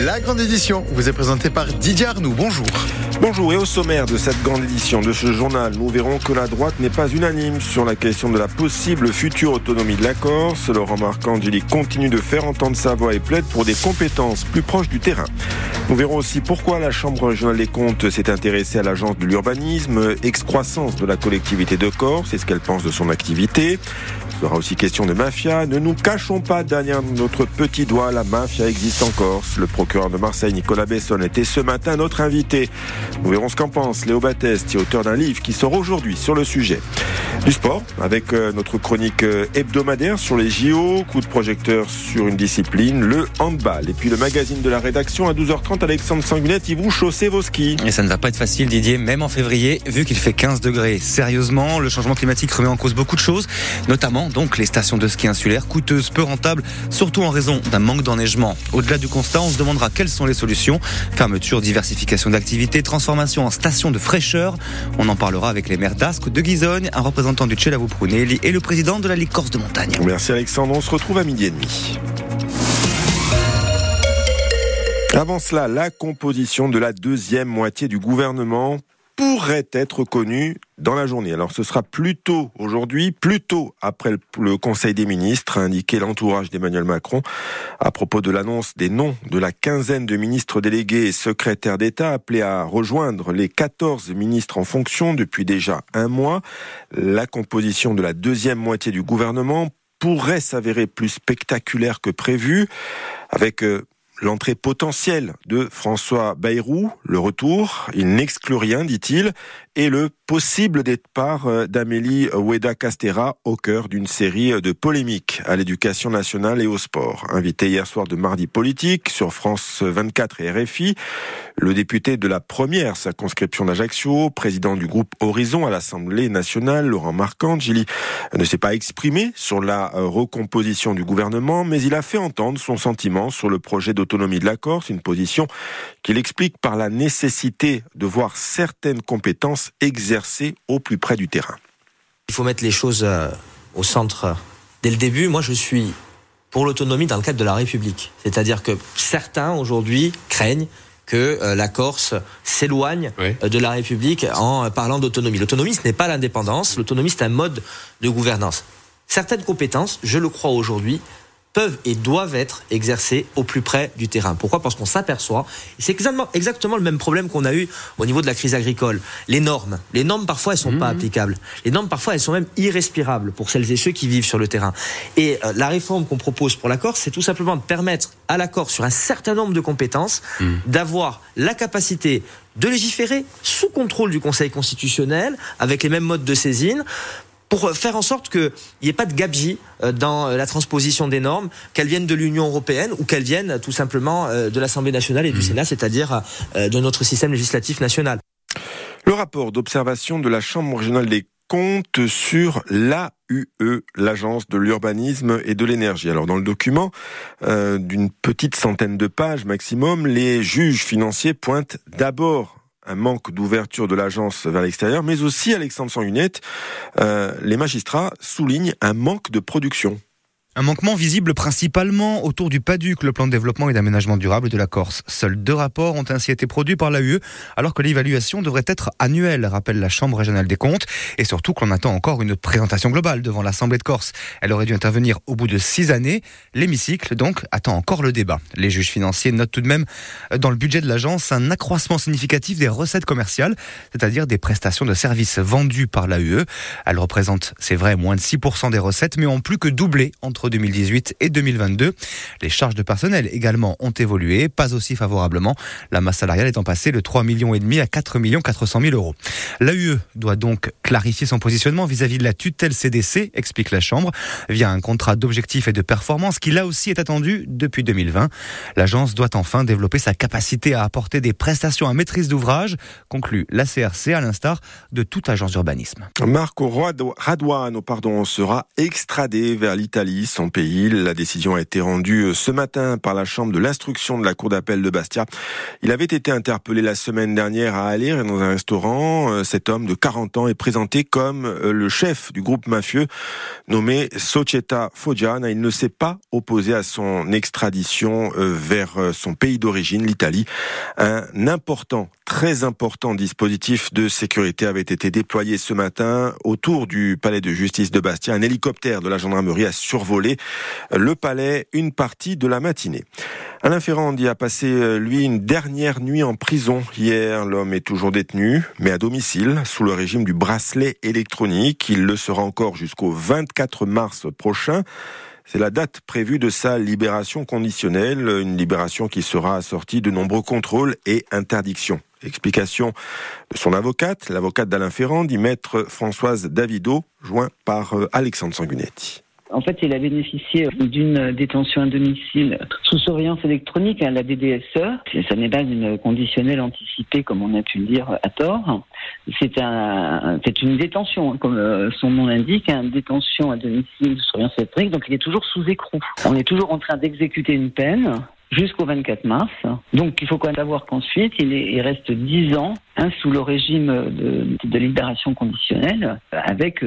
La grande édition vous est présentée par Didier Arnoux. Bonjour. Bonjour, et au sommaire de cette grande édition de ce journal, nous verrons que la droite n'est pas unanime sur la question de la possible future autonomie de la Corse. Laurent Marcangeli continue de faire entendre sa voix et plaide pour des compétences plus proches du terrain. Nous verrons aussi pourquoi la Chambre régionale des comptes s'est intéressée à l'agence de l'urbanisme, excroissance de la collectivité de Corse, et ce qu'elle pense de son activité. Il sera aussi question de mafia. Ne nous cachons pas derrière notre petit doigt, la mafia existe en Corse. Le procureur de Marseille, Nicolas Besson, était ce matin notre invité. Nous verrons ce qu'en pense Léo Batteste, auteur d'un livre qui sort aujourd'hui sur le sujet. Du sport, avec notre chronique hebdomadaire sur les JO, coup de projecteur sur une discipline, le handball. Et puis le magazine de la rédaction à 12h30, Alexandre Sanguinette, ils vont chausser vos skis. Et ça ne va pas être facile, Didier, même en février, vu qu'il fait 15 degrés. Sérieusement, le changement climatique remet en cause beaucoup de choses, notamment donc les stations de ski insulaires, coûteuses, peu rentables, surtout en raison d'un manque d'enneigement. Au-delà du constat, on se demandera quelles sont les solutions. Fermeture, diversification d'activités, transformation en station de fraîcheur. On en parlera avec les maires d'Ascq, de Guizogne, un représentant du Celavou Prunelli et le président de la Ligue Corse de montagne. Merci Alexandre, on se retrouve à 12h30. Avant cela, la composition de la deuxième moitié du gouvernement pourrait être connue dans la journée. Alors ce sera plutôt aujourd'hui, plutôt après le Conseil des ministres, a indiqué l'entourage d'Emmanuel Macron à propos de l'annonce des noms de la quinzaine de ministres délégués et secrétaires d'État appelés à rejoindre les 14 ministres en fonction depuis déjà un mois. La composition de la deuxième moitié du gouvernement pourrait s'avérer plus spectaculaire que prévu, avec l'entrée potentielle de François Bayrou, le retour, il n'exclut rien, dit-il, et le possible départ d'Amélie Oueda-Castera au cœur d'une série de polémiques à l'éducation nationale et au sport. Invité hier soir de Mardi Politique sur France 24 et RFI, le député de la première circonscription d'Ajaccio, président du groupe Horizon à l'Assemblée nationale, Laurent Marcangeli, ne s'est pas exprimé sur la recomposition du gouvernement, mais il a fait entendre son sentiment sur le projet d'autonomie de la Corse, une position qu'il explique par la nécessité de voir certaines compétences exercées au plus près du terrain. Il faut mettre les choses au centre dès le début. Moi, je suis pour l'autonomie dans le cadre de la République. C'est-à-dire que certains, aujourd'hui, craignent que la Corse s'éloigne de la République en parlant d'autonomie. L'autonomie, ce n'est pas l'indépendance. L'autonomie, c'est un mode de gouvernance. Certaines compétences, je le crois aujourd'hui, peuvent et doivent être exercées au plus près du terrain. Pourquoi ? Parce qu'on s'aperçoit, et c'est exactement le même problème qu'on a eu au niveau de la crise agricole. Les normes parfois, elles sont pas applicables. Les normes, parfois, elles sont même irrespirables pour celles et ceux qui vivent sur le terrain. Et la réforme qu'on propose pour la Corse, c'est tout simplement de permettre à la Corse, sur un certain nombre de compétences, d'avoir la capacité de légiférer sous contrôle du Conseil constitutionnel, avec les mêmes modes de saisine, pour faire en sorte qu'il n'y ait pas de gabegie dans la transposition des normes, qu'elles viennent de l'Union européenne ou qu'elles viennent tout simplement de l'Assemblée nationale et du Sénat, c'est-à-dire de notre système législatif national. Le rapport d'observation de la Chambre régionale des comptes sur l'AUE, l'Agence de l'urbanisme et de l'énergie. Alors dans le document, d'une petite centaine de pages maximum, les juges financiers pointent d'abord un manque d'ouverture de l'agence vers l'extérieur, mais aussi, Alexandre Sanguinette, les magistrats soulignent un manque de production. Un manquement visible principalement autour du PADUC, le plan de développement et d'aménagement durable de la Corse. Seuls 2 rapports ont ainsi été produits par l'AUE, alors que l'évaluation devrait être annuelle, rappelle la Chambre régionale des comptes, et surtout qu'on attend encore une présentation globale devant l'Assemblée de Corse. Elle aurait dû intervenir au bout de 6 années. L'hémicycle, donc, attend encore le débat. Les juges financiers notent tout de même dans le budget de l'agence un accroissement significatif des recettes commerciales, c'est-à-dire des prestations de services vendues par l'AUE. Elles représentent, c'est vrai, moins de 6% des recettes, mais ont plus que doublé entre 2018 et 2022. Les charges de personnel également ont évolué, pas aussi favorablement, la masse salariale étant passée de 3,5 millions à 4 400 000 euros. L'AUE doit donc clarifier son positionnement vis-à-vis de la tutelle CDC, explique la Chambre, via un contrat d'objectifs et de performance qui là aussi est attendu depuis 2020. L'agence doit enfin développer sa capacité à apporter des prestations à maîtrise d'ouvrage, conclut la CRC, à l'instar de toute agence d'urbanisme. Marco Raduano sera extradé vers l'Italie son pays. La décision a été rendue ce matin par la chambre de l'instruction de la cour d'appel de Bastia. Il avait été interpellé la semaine dernière à Alire dans un restaurant. Cet homme de 40 ans est présenté comme le chef du groupe mafieux nommé Società Foggiana. Il ne s'est pas opposé à son extradition vers son pays d'origine, l'Italie. Un important, très important dispositif de sécurité avait été déployé ce matin autour du palais de justice de Bastia. Un hélicoptère de la gendarmerie a survolé le palais une partie de la matinée. Alain Ferrand a passé, lui, une dernière nuit en prison. Hier, l'homme est toujours détenu, mais à domicile, sous le régime du bracelet électronique. Il le sera encore jusqu'au 24 mars prochain. C'est la date prévue de sa libération conditionnelle, une libération qui sera assortie de nombreux contrôles et interdictions. Explication de son avocate, l'avocate d'Alain Ferrand, dit maître Françoise Davido, joint par Alexandre Sanguinetti. En fait, il a bénéficié d'une détention à domicile sous surveillance électronique, la DDSE. Ça n'est pas une conditionnelle anticipée, comme on a pu le dire à tort. C'est une détention, comme son nom l'indique, une détention à domicile sous surveillance électronique. Donc, il est toujours sous écrou. On est toujours en train d'exécuter une peine jusqu'au 24 mars. Donc, il faut quand même savoir qu'ensuite, il reste 10 ans sous le régime de libération conditionnelle avec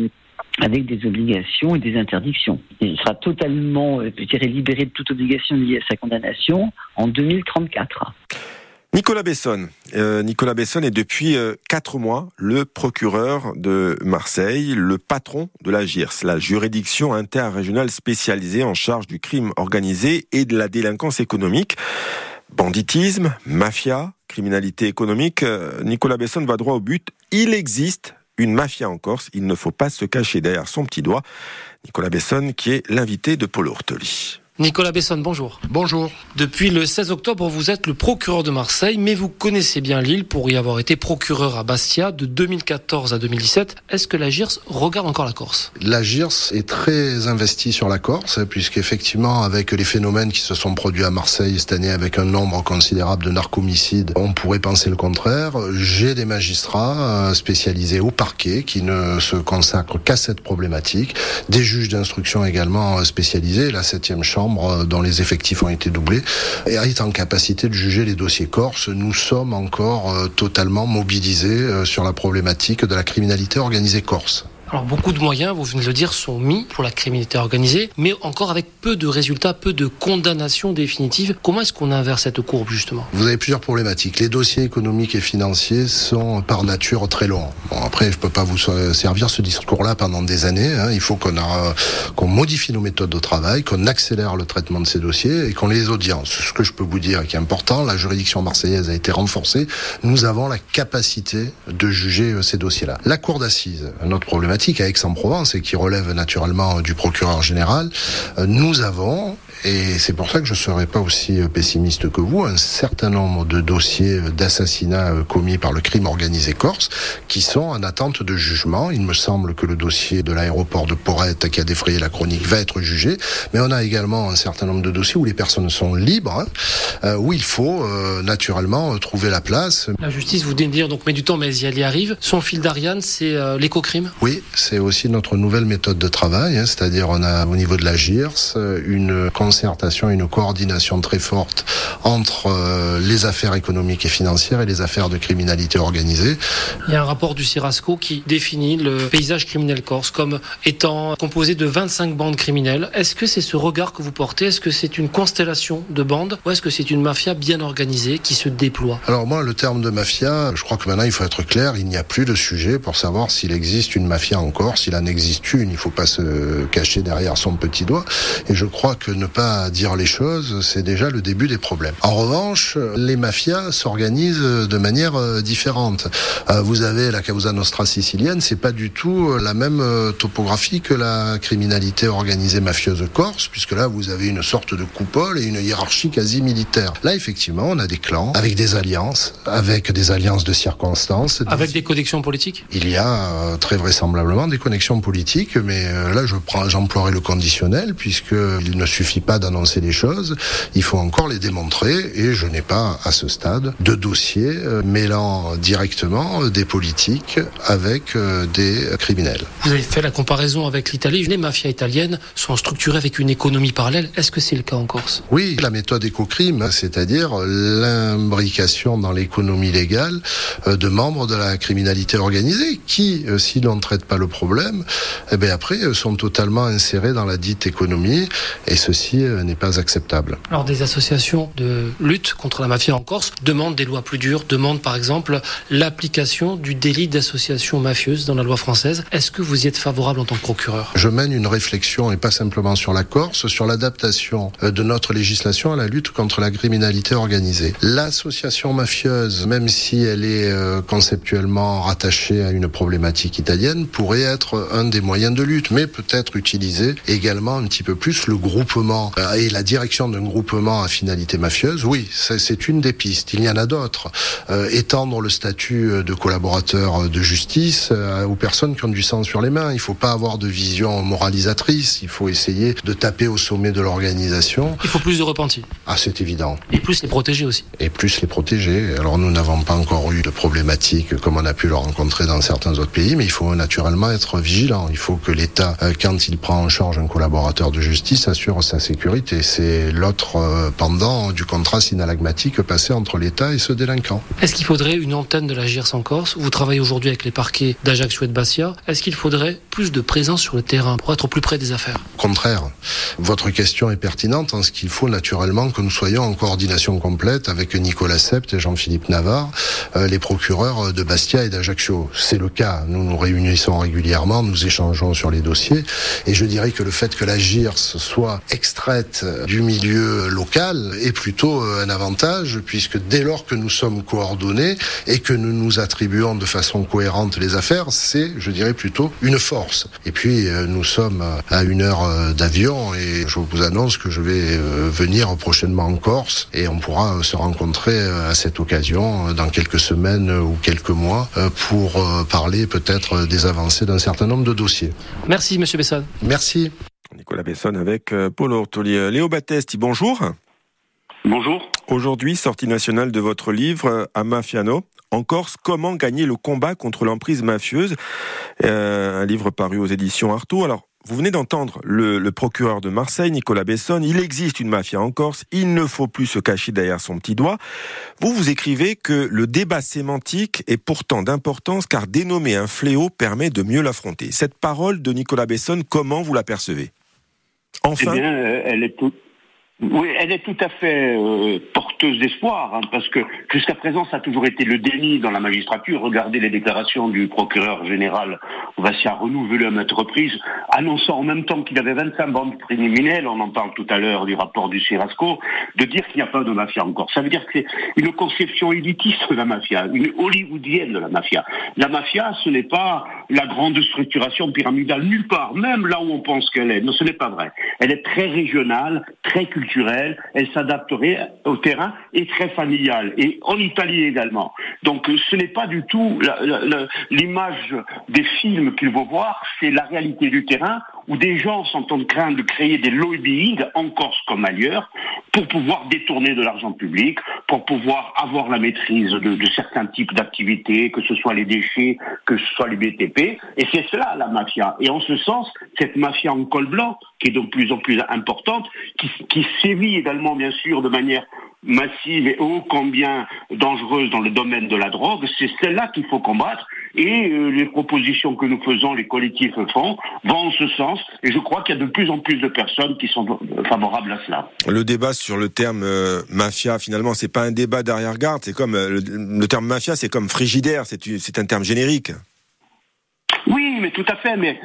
des obligations et des interdictions. Il sera totalement, libéré de toute obligation liée à sa condamnation en 2034. Nicolas Besson. Nicolas Besson est depuis 4 mois le procureur de Marseille, le patron de la JIRS, la juridiction interrégionale spécialisée en charge du crime organisé et de la délinquance économique. Banditisme, mafia, criminalité économique. Nicolas Besson va droit au but. Il existe une mafia en Corse, il ne faut pas se cacher derrière son petit doigt. Nicolas Besson qui est l'invité de Paul Ortoli. Nicolas Besson, bonjour. Bonjour. Depuis le 16 octobre, vous êtes le procureur de Marseille, mais vous connaissez bien l'île pour y avoir été procureur à Bastia de 2014 à 2017. Est-ce que la JIRS regarde encore la Corse ? La JIRS est très investie sur la Corse, puisqu'effectivement, avec les phénomènes qui se sont produits à Marseille cette année, avec un nombre considérable de narcomicides, on pourrait penser le contraire. J'ai des magistrats spécialisés au parquet qui ne se consacrent qu'à cette problématique, des juges d'instruction également spécialisés, la 7e chambre dont les effectifs ont été doublés, et est en capacité de juger les dossiers corses. Nous sommes encore totalement mobilisés sur la problématique de la criminalité organisée corse. Alors beaucoup de moyens, vous venez de le dire, sont mis pour la criminalité organisée, mais encore avec peu de résultats, peu de condamnations définitives. Comment est-ce qu'on inverse cette courbe justement ? Vous avez plusieurs problématiques. Les dossiers économiques et financiers sont par nature très longs. Bon, après, je peux pas vous servir ce discours-là pendant des années. Il faut qu'on modifie nos méthodes de travail, qu'on accélère le traitement de ces dossiers et qu'on les audience. Ce que je peux vous dire et qui est important, la juridiction marseillaise a été renforcée. Nous avons la capacité de juger ces dossiers-là. La cour d'assises, notre problématique à Aix-en-Provence et qui relève naturellement du procureur général, nous avons, et c'est pour ça que je ne serai pas aussi pessimiste que vous, un certain nombre de dossiers d'assassinats commis par le crime organisé corse qui sont en attente de jugement. Il me semble que le dossier de l'aéroport de Porrette qui a défrayé la chronique va être jugé, mais on a également un certain nombre de dossiers où les personnes sont libres, où il faut naturellement trouver la place. La justice, vous venez de dire, donc met du temps, mais elle y arrive. Son fil d'Ariane, c'est l'écocrime ? Oui, c'est aussi notre nouvelle méthode de travail, c'est-à-dire on a au niveau de la JIRS une concertation, une coordination très forte entre les affaires économiques et financières et les affaires de criminalité organisée. Il y a un rapport du CIRASCO qui définit le paysage criminel corse comme étant composé de 25 bandes criminelles. Est-ce que c'est ce regard que vous portez ? Est-ce que c'est une constellation de bandes ou est-ce que c'est une mafia bien organisée qui se déploie ? Alors moi, le terme de mafia, je crois que maintenant il faut être clair, il n'y a plus de sujet pour savoir s'il existe une mafia en Corse. S'il en existe une, il ne faut pas se cacher derrière son petit doigt. Et je crois que ne pas dire les choses, c'est déjà le début des problèmes. En revanche, les mafias s'organisent de manière différente. Vous avez la Causa Nostra sicilienne, c'est pas du tout la même topographie que la criminalité organisée mafieuse corse, puisque là vous avez une sorte de coupole et une hiérarchie quasi militaire. Là effectivement, on a des clans avec des alliances de circonstances. Avec des connexions politiques ? Il y a très vraisemblablement des connexions politiques, mais là j'emploierai le conditionnel, puisqu'il ne suffit pas pas d'annoncer les choses, il faut encore les démontrer, et je n'ai pas, à ce stade, de dossier mêlant directement des politiques avec des criminels. Vous avez fait la comparaison avec l'Italie. Les mafias italiennes sont structurées avec une économie parallèle. Est-ce que c'est le cas en Corse ? Oui, la méthode écocrime, c'est-à-dire l'imbrication dans l'économie légale de membres de la criminalité organisée qui, si l'on ne traite pas le problème, après sont totalement insérés dans la dite économie, et ceci n'est pas acceptable. Alors des associations de lutte contre la mafia en Corse demandent des lois plus dures, demandent par exemple l'application du délit d'association mafieuse dans la loi française. Est-ce que vous y êtes favorable en tant que procureur ? Je mène une réflexion, et pas simplement sur la Corse, sur l'adaptation de notre législation à la lutte contre la criminalité organisée. L'association mafieuse, même si elle est conceptuellement rattachée à une problématique italienne, pourrait être un des moyens de lutte, mais peut-être utiliser également un petit peu plus le groupement et la direction d'un groupement à finalité mafieuse. Oui, c'est une des pistes. Il y en a d'autres. Étendre le statut de collaborateur de justice aux personnes qui ont du sang sur les mains. Il ne faut pas avoir de vision moralisatrice. Il faut essayer de taper au sommet de l'organisation. Il faut plus de repentis. Ah, c'est évident. Et plus les protéger aussi. Et plus les protéger. Alors nous n'avons pas encore eu de problématiques comme on a pu le rencontrer dans certains autres pays, mais il faut naturellement être vigilant. Il faut que l'État, quand il prend en charge un collaborateur de justice, assure sa sécurité. C'est l'autre pendant du contrat synalagmatique passé entre l'État et ce délinquant. Est-ce qu'il faudrait une antenne de la GIRS en Corse ? Vous travaillez aujourd'hui avec les parquets d'Ajaccio et de Bastia. Est-ce qu'il faudrait plus de présence sur le terrain pour être au plus près des affaires ? Au contraire. Votre question est pertinente en ce qu'il faut naturellement que nous soyons en coordination complète avec Nicolas Sept et Jean-Philippe Navarre, les procureurs de Bastia et d'Ajaccio. C'est le cas. Nous nous réunissons régulièrement, nous échangeons sur les dossiers, et je dirais que le fait que la GIRS soit extraite du milieu local est plutôt un avantage, puisque dès lors que nous sommes coordonnés et que nous nous attribuons de façon cohérente les affaires, c'est, je dirais, plutôt une force. Et puis, nous sommes à 1 heure d'avion, et je vous annonce que je vais venir prochainement en Corse, et on pourra se rencontrer à cette occasion dans quelques semaines ou quelques mois pour parler peut-être des avancées d'un certain nombre de dossiers. Merci, Monsieur Bessone. Merci. Nicolas Bessone avec Paul Ortoli. Léo Battesti, bonjour. Bonjour. Aujourd'hui, sortie nationale de votre livre A Mafiano. En Corse, comment gagner le combat contre l'emprise mafieuse, un livre paru aux éditions Artaud. Alors, vous venez d'entendre le procureur de Marseille, Nicolas Bessone. Il existe une mafia en Corse, il ne faut plus se cacher derrière son petit doigt. Vous écrivez que le débat sémantique est pourtant d'importance car dénommer un fléau permet de mieux l'affronter. Cette parole de Nicolas Bessone, comment vous la percevez ? Enfin, eh bien, elle est tout à fait porteuse d'espoir, parce que jusqu'à présent, ça a toujours été le déni dans la magistrature. Regardez les déclarations du procureur général Vassia renouvelé à maintes reprises, annonçant en même temps qu'il y avait 25 bandes criminelles, on en parle tout à l'heure du rapport du Cirasco, de dire qu'il n'y a pas de mafia encore. Ça veut dire que c'est une conception élitiste de la mafia, une hollywoodienne de la mafia. La mafia, ce n'est pas la grande structuration pyramidale, nulle part, même là où on pense qu'elle est. Non, ce n'est pas vrai. Elle est très régionale, très culturelle, elle s'adapterait au terrain et très familiale. Et en Italie également. Donc ce n'est pas du tout l'image des films qu'il faut voir, c'est la réalité du terrain où des gens sont en train de créer des lobbying, en Corse comme ailleurs, pour pouvoir détourner de l'argent public, pour pouvoir avoir la maîtrise de certains types d'activités, que ce soit les déchets, que ce soit les BTP. Et c'est cela la mafia. Et en ce sens, cette mafia en col blanc, qui est de plus en plus importante, qui sévit également bien sûr de manière massive et ô combien dangereuse dans le domaine de la drogue, c'est celle-là qu'il faut combattre. Et les propositions que nous faisons, les collectifs font, vont en ce sens. Et je crois qu'il y a de plus en plus de personnes qui sont favorables à cela. Le débat sur le terme mafia, finalement, c'est pas un débat d'arrière-garde. C'est comme le terme mafia, c'est comme frigidaire. C'est un terme générique. Oui, mais tout à fait. Mais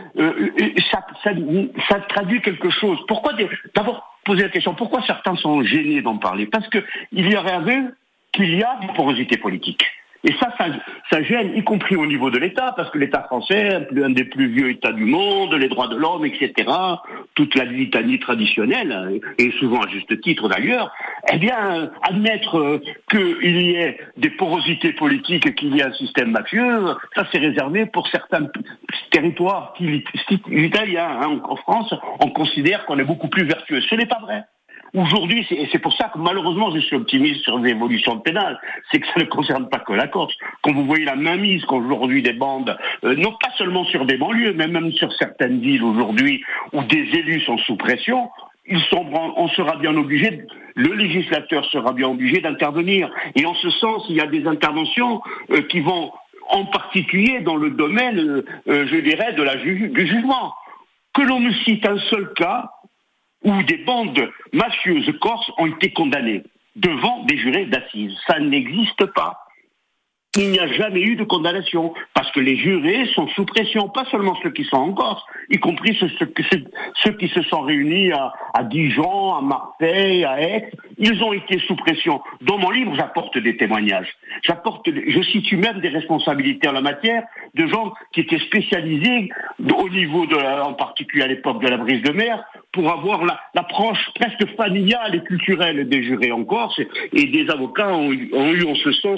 ça traduit quelque chose. Pourquoi d'abord poser la question, pourquoi certains sont gênés d'en parler ? Parce que il y a une porosité politique. Et ça gêne, y compris au niveau de l'État, parce que l'État français, un des plus vieux États du monde, les droits de l'homme, etc., toute la litanie traditionnelle, et souvent à juste titre d'ailleurs, eh bien, admettre qu'il y ait des porosités politiques, qu'il y ait un système mafieux, ça c'est réservé pour certains territoires italiens. En France, on considère qu'on est beaucoup plus vertueux. Ce n'est pas vrai. Aujourd'hui, c'est pour ça que malheureusement je suis optimiste sur les évolutions pénales, c'est que ça ne concerne pas que la Corse. Quand vous voyez la mainmise qu'aujourd'hui des bandes, non pas seulement sur des banlieues, mais même sur certaines villes aujourd'hui où des élus sont sous pression, on sera bien obligé, le législateur sera bien obligé d'intervenir. Et en ce sens, il y a des interventions qui vont en particulier dans le domaine, je dirais, du jugement. Que l'on me cite un seul cas où des bandes mafieuses corses ont été condamnées devant des jurés d'assises. Ça n'existe pas. Il n'y a jamais eu de condamnation, parce que les jurés sont sous pression, pas seulement ceux qui sont en Corse, y compris ceux qui se sont réunis à Dijon, à Marseille, à Aix. Ils ont été sous pression. Dans mon livre, j'apporte des témoignages. Je situe même des responsabilités en la matière de gens qui étaient spécialisés au niveau en particulier à l'époque de la brise de mer, pour avoir l'approche presque familiale et culturelle des jurés en Corse, et des avocats ont eu en ce sens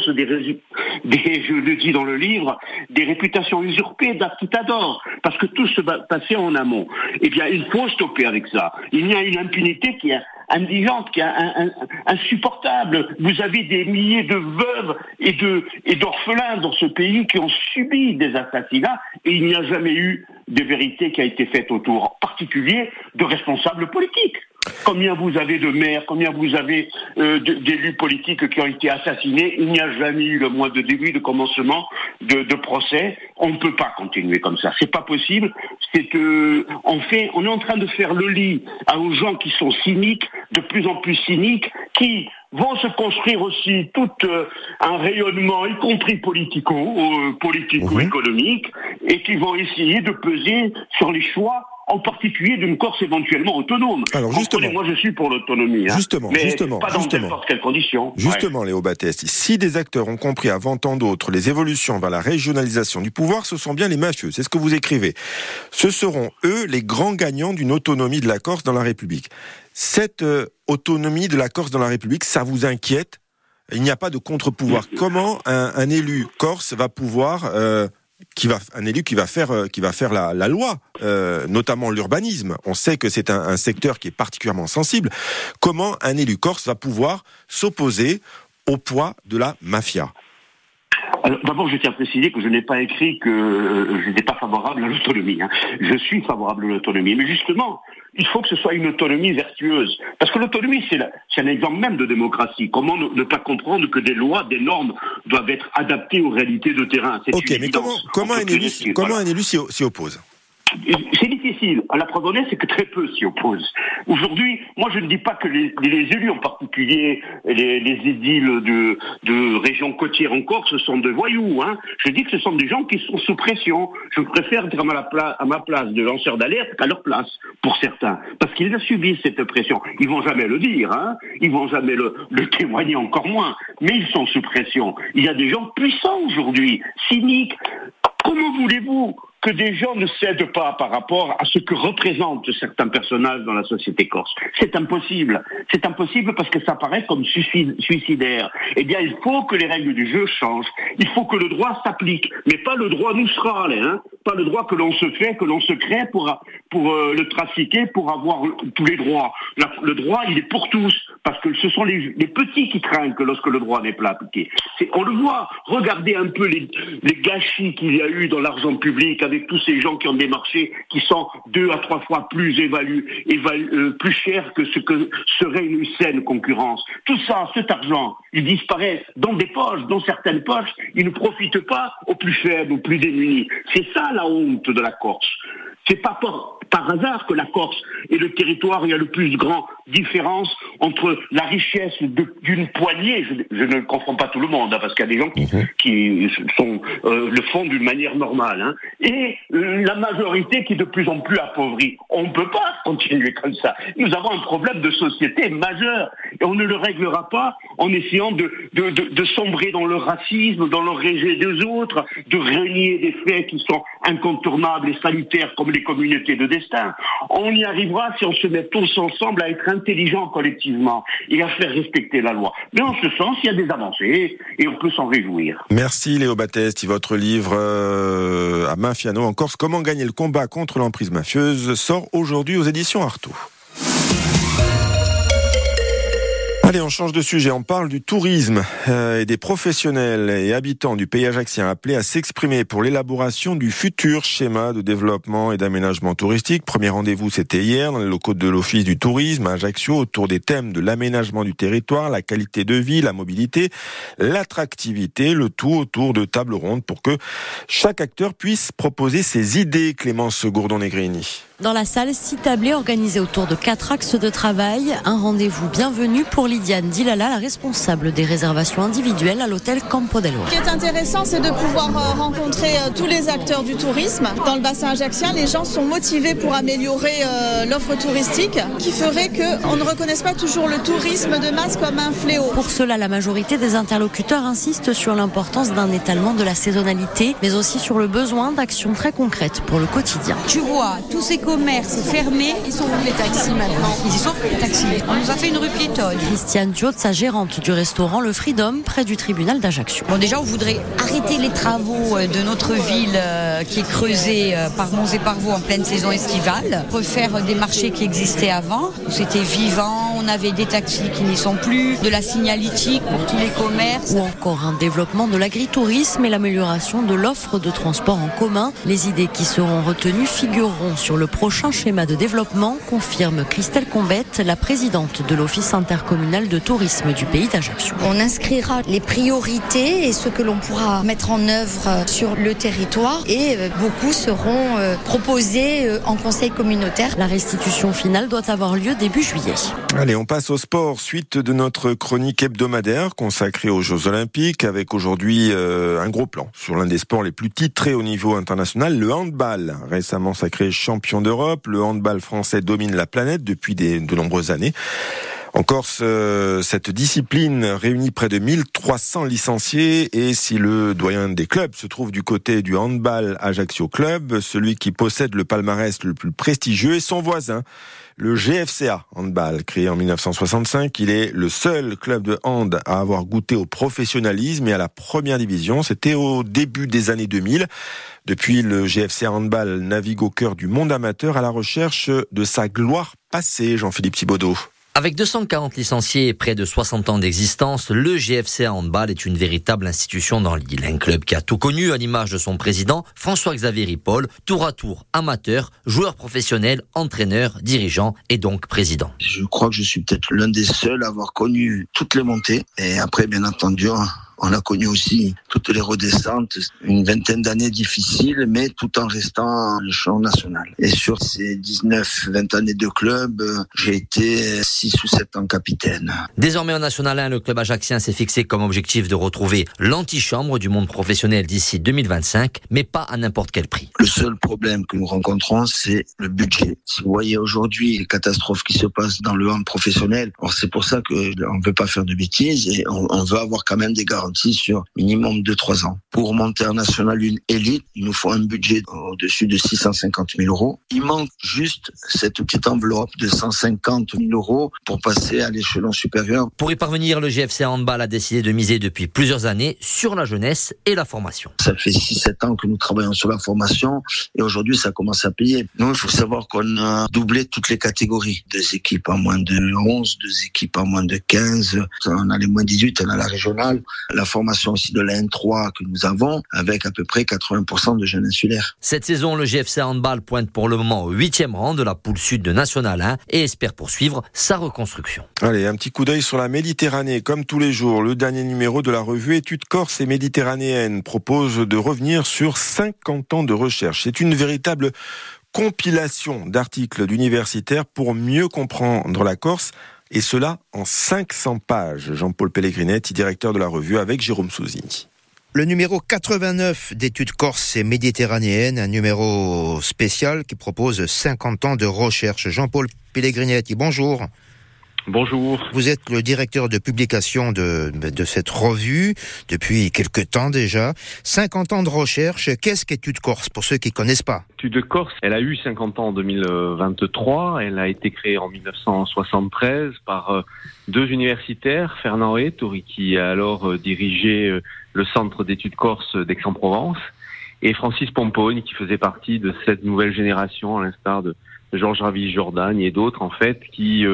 je le dis dans le livre, des réputations usurpées d'acquitadors, parce que tout se passait en amont. Eh bien, il faut stopper avec ça. Il y a une impunité qui est indigente, qui est insupportable. Vous avez des milliers de veuves et d'orphelins dans ce pays qui ont subi des assassinats, et il n'y a jamais eu de vérité qui a été faite autour, en particulier de responsables politiques. Combien vous avez de maires, combien vous avez d'élus politiques qui ont été assassinés? Il n'y a jamais eu le moins de début, de commencement de procès. On ne peut pas continuer comme ça. C'est pas possible. On est en train de faire le lit aux gens qui sont cyniques, de plus en plus cyniques, qui vont se construire aussi tout un rayonnement, y compris politico-économique, et qui vont essayer de peser sur les choix, en particulier d'une Corse éventuellement autonome. Alors justement, moi je suis pour l'autonomie. Justement, pas dans n'importe quelle condition. Justement, Léo Battesti, si des acteurs ont compris avant tant d'autres les évolutions vers la régionalisation du pouvoir, ce sont bien les mafieux. C'est ce que vous écrivez. Ce seront eux les grands gagnants d'une autonomie de la Corse dans la République. Cette autonomie de la Corse dans la République, ça vous inquiète? Il n'y a pas de contre-pouvoir. Comment un élu corse va pouvoir qui va faire la loi, notamment l'urbanisme. On sait que c'est un secteur qui est particulièrement sensible. Comment un élu corse va pouvoir s'opposer au poids de la mafia? Alors, d'abord, je tiens à préciser que je n'ai pas écrit que je n'étais pas favorable à l'autonomie. Je suis favorable à l'autonomie. Mais justement, il faut que ce soit une autonomie vertueuse. Parce que l'autonomie, c'est un exemple même de démocratie. Comment ne pas comprendre que des lois, des normes doivent être adaptées aux réalités de terrain? Ok, mais comment un élu s'y oppose? C'est difficile. La preuve honnête, c'est que très peu s'y opposent. Aujourd'hui, moi je ne dis pas que les élus, en particulier les édiles de régions côtières en Corse, sont de voyous. Je dis que ce sont des gens qui sont sous pression. Je préfère être à ma place de lanceur d'alerte qu'à leur place, pour certains. Parce qu'ils subissent cette pression. Ils vont jamais le dire, ils vont jamais le témoigner, encore moins. Mais ils sont sous pression. Il y a des gens puissants aujourd'hui, cyniques. Comment voulez-vous que des gens ne cèdent pas par rapport à ce que représentent certains personnages dans la société corse? C'est impossible. C'est impossible parce que ça paraît comme suicidaire. Eh bien, il faut que les règles du jeu changent. Il faut que le droit s'applique. Mais pas le droit Nousral, pas le droit que l'on se crée pour le trafiquer, pour avoir tous les droits. Le droit, il est pour tous. Parce que ce sont les petits qui trinquent lorsque le droit n'est pas appliqué. On le voit. Regardez un peu les gâchis qu'il y a eu dans l'argent public avec tous ces gens qui ont des marchés qui sont 2 à 3 fois plus plus chers que ce que serait une saine concurrence. Tout ça, cet argent, il disparaît dans des poches, dans certaines poches, il ne profite pas aux plus faibles, aux plus démunis. C'est ça la honte de la Corse. C'est pas par hasard que la Corse est le territoire où il y a le plus grand différence entre la richesse d'une poignée, je ne confonds pas tout le monde, parce qu'il y a des gens qui le font d'une manière normale, et la majorité qui est de plus en plus appauvrie. On ne peut pas continuer comme ça. Nous avons un problème de société majeur, et on ne le réglera pas en essayant de sombrer dans le racisme, dans le rejet des autres, de renier des faits qui sont incontournables et salutaires comme les communautés de destin. On y arrivera si on se met tous ensemble à être intelligents collectivement et à faire respecter la loi. Mais en ce sens, il y a des avancées et on peut s'en réjouir. Merci Léo Battesti. Votre livre à Mafiano en Corse, Comment gagner le combat contre l'emprise mafieuse, sort aujourd'hui aux éditions Artaud. Allez, on change de sujet. On parle du tourisme et des professionnels et habitants du pays ajaccien appelés à s'exprimer pour l'élaboration du futur schéma de développement et d'aménagement touristique. Premier rendez-vous, c'était hier dans les locaux de l'Office du tourisme à Ajaccio autour des thèmes de l'aménagement du territoire, la qualité de vie, la mobilité, l'attractivité, le tout autour de tables rondes pour que chaque acteur puisse proposer ses idées. Clémence Gourdon-Negrini. Dans la salle, 6 tablés organisés autour de 4 axes de travail. Un rendez-vous bienvenu pour Lydiane Dilala, la responsable des réservations individuelles à l'hôtel Campo del Oro. Ce qui est intéressant, c'est de pouvoir rencontrer tous les acteurs du tourisme. Dans le bassin ajaccien, les gens sont motivés pour améliorer l'offre touristique, qui ferait qu'on ne reconnaisse pas toujours le tourisme de masse comme un fléau. Pour cela, la majorité des interlocuteurs insistent sur l'importance d'un étalement de la saisonnalité, mais aussi sur le besoin d'actions très concrètes pour le quotidien. Tu vois, tous ces commerces fermés, ils sont où les taxis maintenant ? Ils y sont les taxis. On nous a fait une rue piétonne. Christiane Thiaud, sa gérante du restaurant Le Freedom, près du tribunal d'Ajaccio. Bon, déjà, on voudrait arrêter les travaux de notre ville qui est creusée par Mons et par Vaux en pleine saison estivale. Refaire des marchés qui existaient avant, où c'était vivant, on avait des taxis qui n'y sont plus, de la signalétique pour tous les commerces. Ou encore un développement de l'agritourisme et l'amélioration de l'offre de transport en commun. Les idées qui seront retenues figureront sur le prochain schéma de développement, confirme Christelle Combette, la présidente de l'Office intercommunal de tourisme du pays d'Ajaccio. On inscrira les priorités et ce que l'on pourra mettre en œuvre sur le territoire et beaucoup seront proposés en conseil communautaire. La restitution finale doit avoir lieu début juillet. Allez, on passe au sport. Suite de notre chronique hebdomadaire consacrée aux Jeux Olympiques avec aujourd'hui un gros plan sur l'un des sports les plus titrés au niveau international, le handball. Récemment sacré champion d'Europe, le handball français domine la planète depuis de nombreuses années. En Corse, cette discipline réunit près de 1300 licenciés et si le doyen des clubs se trouve du côté du handball Ajaccio Club, celui qui possède le palmarès le plus prestigieux est son voisin, le GFCA Handball. Créé en 1965, il est le seul club de hand à avoir goûté au professionnalisme et à la première division. C'était au début des années 2000. Depuis, le GFCA Handball navigue au cœur du monde amateur à la recherche de sa gloire passée. Jean-Philippe Thibaudot. Avec 240 licenciés et près de 60 ans d'existence, le GFCA Handball est une véritable institution dans l'île. Un club qui a tout connu à l'image de son président, François-Xavier Ripoll, tour à tour amateur, joueur professionnel, entraîneur, dirigeant et donc président. Je crois que je suis peut-être l'un des seuls à avoir connu toutes les montées. Et après, bien entendu, on a connu aussi toutes les redescentes, une vingtaine d'années difficiles, mais tout en restant à l'échelon national. Et sur ces 19-20 années de club, j'ai été 6 ou 7 ans capitaine. Désormais en National 1, le club ajaccien s'est fixé comme objectif de retrouver l'antichambre du monde professionnel d'ici 2025, mais pas à n'importe quel prix. Le seul problème que nous rencontrons, c'est le budget. Si vous voyez aujourd'hui les catastrophes qui se passent dans le hand professionnel, alors c'est pour ça qu'on ne veut pas faire de bêtises et on veut avoir quand même des garanties sur minimum 2-3 ans. Pour monter en National 1 élite, il nous faut un budget au-dessus de 650 000 euros. Il manque juste cette petite enveloppe de 150 000 euros pour passer à l'échelon supérieur. Pour y parvenir, le GFCA Handball a décidé de miser depuis plusieurs années sur la jeunesse et la formation. Ça fait 6-7 ans que nous travaillons sur la formation et aujourd'hui ça commence à payer. Nous, il faut savoir qu'on a doublé toutes les catégories. 2 équipes en moins de 11, 2 équipes en moins de 15. On a les moins 18, on a la régionale. La formation aussi de la N3 que nous avons, avec à peu près 80% de jeunes insulaires. Cette saison, le GFCA Handball pointe pour le moment au 8e rang de la poule sud de National 1 et espère poursuivre sa reconstruction. Allez, un petit coup d'œil sur la Méditerranée. Comme tous les jours, le dernier numéro de la revue Études Corse et Méditerranéennes propose de revenir sur 50 ans de recherche. C'est une véritable compilation d'articles d'universitaires pour mieux comprendre la Corse. Et cela en 500 pages. Jean-Paul Pellegrinetti, directeur de la revue, avec Jérôme Souzini. Le numéro 89 d'Études Corse et Méditerranéennes, un numéro spécial qui propose 50 ans de recherche. Jean-Paul Pellegrinetti, bonjour. Bonjour. Vous êtes le directeur de publication de cette revue depuis quelque temps déjà. 50 ans de recherche, qu'est-ce qu'Études Corse pour ceux qui ne connaissent pas? Études Corse, elle a eu 50 ans en 2023. Elle a été créée en 1973 par 2 universitaires, Fernand Ettori, qui a alors dirigé le centre d'études Corse d'Aix-en-Provence, et Francis Pompogne, qui faisait partie de cette nouvelle génération, à l'instar de Georges Ravis-Jordagne et d'autres, en fait, qui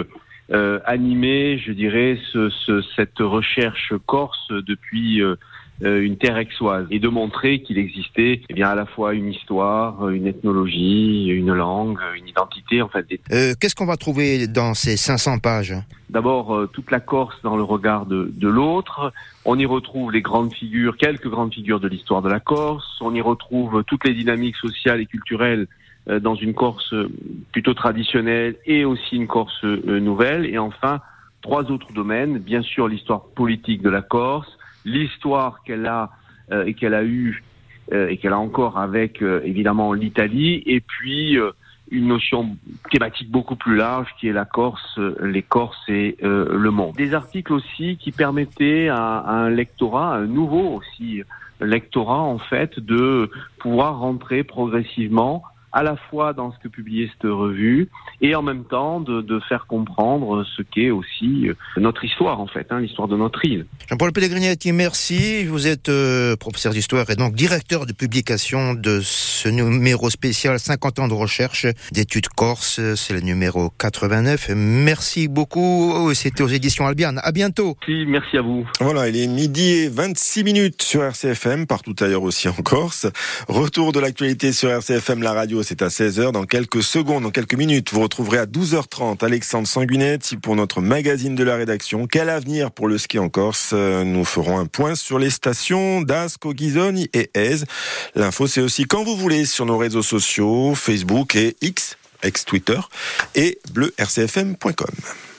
animé, je dirais, cette recherche corse depuis une terre aixoise, et de montrer qu'il existait à la fois une histoire, une ethnologie, une langue, une identité, en fait. Qu'est-ce qu'on va trouver dans ces 500 pages ? D'abord, toute la Corse dans le regard de l'autre. On y retrouve quelques grandes figures de l'histoire de la Corse. On y retrouve toutes les dynamiques sociales et culturelles dans une Corse plutôt traditionnelle et aussi une Corse nouvelle. Et enfin, 3 autres domaines. Bien sûr, l'histoire politique de la Corse, l'histoire qu'elle a et qu'elle a eue et qu'elle a encore avec évidemment l'Italie, et puis une notion thématique beaucoup plus large qui est la Corse, les Corses et le monde. Des articles aussi qui permettaient à un lectorat, un nouveau aussi lectorat en fait, de pouvoir rentrer progressivement à la fois dans ce que publiait cette revue et en même temps de faire comprendre ce qu'est aussi notre histoire en fait, l'histoire de notre île. Jean-Paul Pellegrinetti, merci. Vous êtes professeur d'histoire et donc directeur de publication de ce numéro spécial 50 ans de recherche d'études corse. C'est le numéro 89. Merci beaucoup. C'était aux éditions Albiane. À bientôt. Merci à vous. Voilà, il est 12h26 sur RCFM, partout ailleurs aussi en Corse. Retour de l'actualité sur RCFM, la radio. C'est à 16h. Dans quelques secondes, dans quelques minutes, vous retrouverez à 12h30 Alexandre Sanguinetti pour notre magazine de la rédaction. Quel avenir pour le ski en Corse ? Nous ferons un point sur les stations d'Ascq, Ghisoni et Èze. L'info, c'est aussi quand vous voulez sur nos réseaux sociaux, Facebook et X, ex-Twitter, et bleu-rcfm.com.